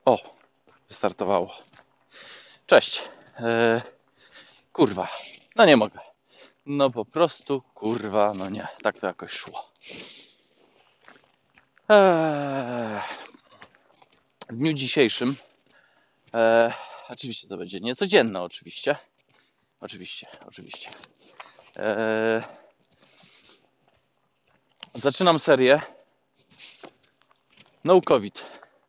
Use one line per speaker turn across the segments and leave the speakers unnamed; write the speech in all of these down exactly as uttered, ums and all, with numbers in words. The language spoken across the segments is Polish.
O, wystartowało. Cześć. Eee, kurwa. No nie mogę. No po prostu kurwa, no nie. Tak to jakoś szło. Eee, w dniu dzisiejszym eee, oczywiście to będzie niecodzienne oczywiście. Oczywiście, oczywiście. Eee, zaczynam serię No COVID.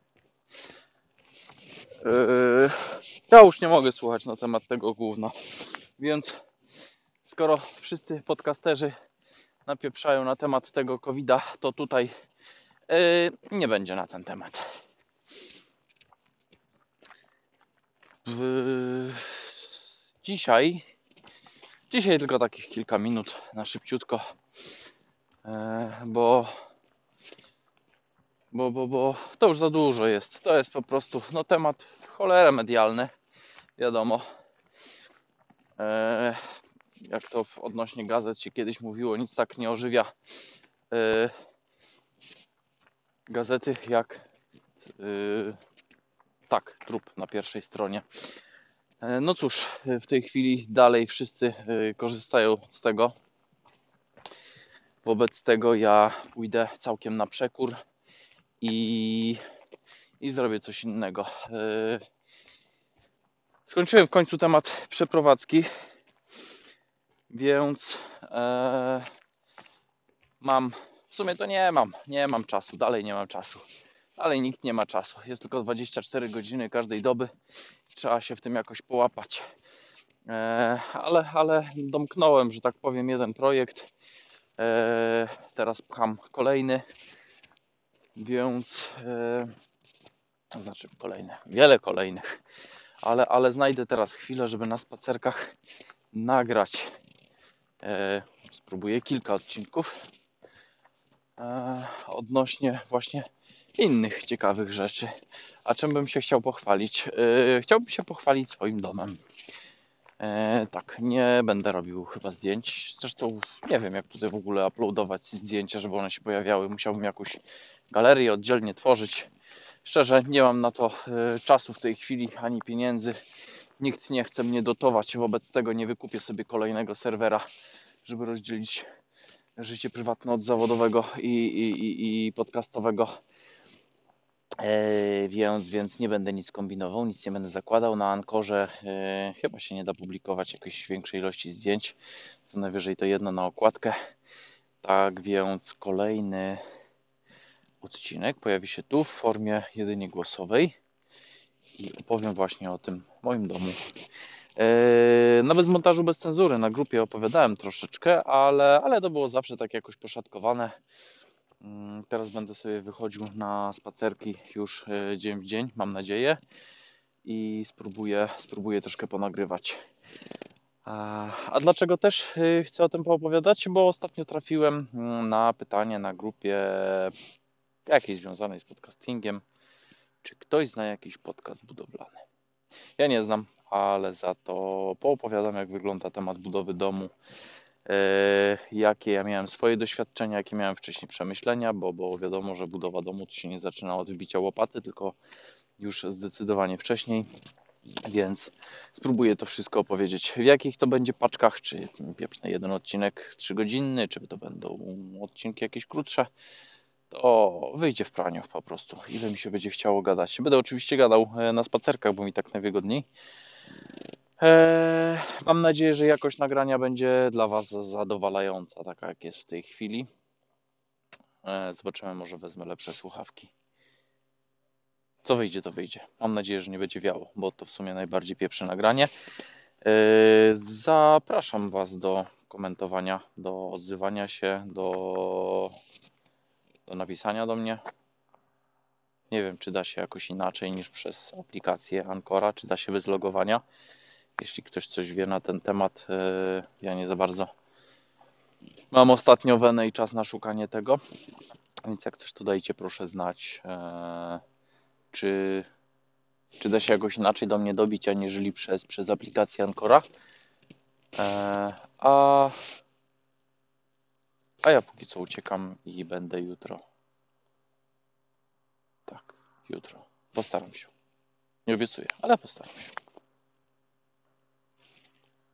Eee, ja już nie mogę słuchać na temat tego gówna. Więc skoro wszyscy podcasterzy napieprzają na temat tego kowida, to tutaj yy, nie będzie na ten temat. W... Dzisiaj, dzisiaj tylko takich kilka minut na szybciutko, yy, bo, bo, bo, bo to już za dużo jest. To jest po prostu no, temat w cholerę medialny, wiadomo. Yy, jak to w odnośnie gazet się kiedyś mówiło, nic tak nie ożywia yy, gazety jak yy, tak, trup na pierwszej stronie. No cóż, w tej chwili dalej wszyscy korzystają z tego. Wobec tego ja pójdę całkiem na przekór i, i zrobię coś innego. Skończyłem w końcu temat przeprowadzki, więc e, mam, w sumie to nie mam, nie mam czasu, dalej nie mam czasu. Dalej nikt nie ma czasu. Jest tylko dwadzieścia cztery godziny każdej doby. Trzeba się w tym jakoś połapać. E, ale, ale domknąłem, że tak powiem, jeden projekt. E, teraz pcham kolejny, więc e, to znaczy kolejny, wiele kolejnych, ale, ale znajdę teraz chwilę, żeby na spacerkach nagrać. E, spróbuję kilka odcinków e, odnośnie właśnie innych ciekawych rzeczy. A czym bym się chciał pochwalić? E, chciałbym się pochwalić swoim domem. E, tak, nie będę robił chyba zdjęć. Zresztą nie wiem, jak tutaj w ogóle uploadować zdjęcia, żeby one się pojawiały. Musiałbym jakąś galerię oddzielnie tworzyć. Szczerze, nie mam na to e, czasu w tej chwili, ani pieniędzy. Nikt nie chce mnie dotować, wobec tego nie wykupię sobie kolejnego serwera, żeby rozdzielić życie prywatne od zawodowego i, i, i, i podcastowego. E, więc, więc nie będę nic kombinował, nic nie będę zakładał. Na Ankorze e, chyba się nie da publikować jakiejś większej ilości zdjęć. Co najwyżej to jedno na okładkę. Tak więc kolejny odcinek pojawi się tu w formie jedynie głosowej i opowiem właśnie o tym moim domu. E, no bez montażu, bez cenzury. Na grupie opowiadałem troszeczkę, ale, ale to było zawsze tak jakoś poszatkowane. Teraz będę sobie wychodził na spacerki już dzień w dzień, mam nadzieję. I spróbuję, spróbuję troszkę ponagrywać. A, a dlaczego też chcę o tym poopowiadać? Bo ostatnio trafiłem na pytanie na grupie jakiejś związanej z podcastingiem, czy ktoś zna jakiś podcast budowlany. Ja nie znam, ale za to poopowiadam, jak wygląda temat budowy domu, jakie ja miałem swoje doświadczenia, jakie miałem wcześniej przemyślenia, bo, bo wiadomo, że budowa domu to się nie zaczyna od wbicia łopaty, tylko już zdecydowanie wcześniej, więc spróbuję to wszystko opowiedzieć. W jakich to będzie paczkach, czy pieprzny jeden odcinek trzygodzinny, czy to będą odcinki jakieś krótsze, to wyjdzie w praniu po prostu, ile mi się będzie chciało gadać. Będę oczywiście gadał na spacerkach, bo mi tak najwygodniej. Eee, mam nadzieję, że jakość nagrania będzie dla Was zadowalająca, taka jak jest w tej chwili. Eee, zobaczymy, może wezmę lepsze słuchawki. Co wyjdzie, to wyjdzie. Mam nadzieję, że nie będzie wiało, bo to w sumie najbardziej pieprzy nagranie. Eee, zapraszam Was do komentowania, do odzywania się, do, do napisania do mnie. Nie wiem, czy da się jakoś inaczej niż przez aplikację Ancora, czy da się bez logowania. Jeśli ktoś coś wie na ten temat, ja nie za bardzo mam ostatnio wenę i czas na szukanie tego. Więc jak coś, to dajcie proszę znać, czy, czy da się jakoś inaczej do mnie dobić, aniżeli przez, przez aplikację Ancora. A, a ja póki co uciekam i będę jutro. Tak, jutro. Postaram się. Nie obiecuję, ale postaram się.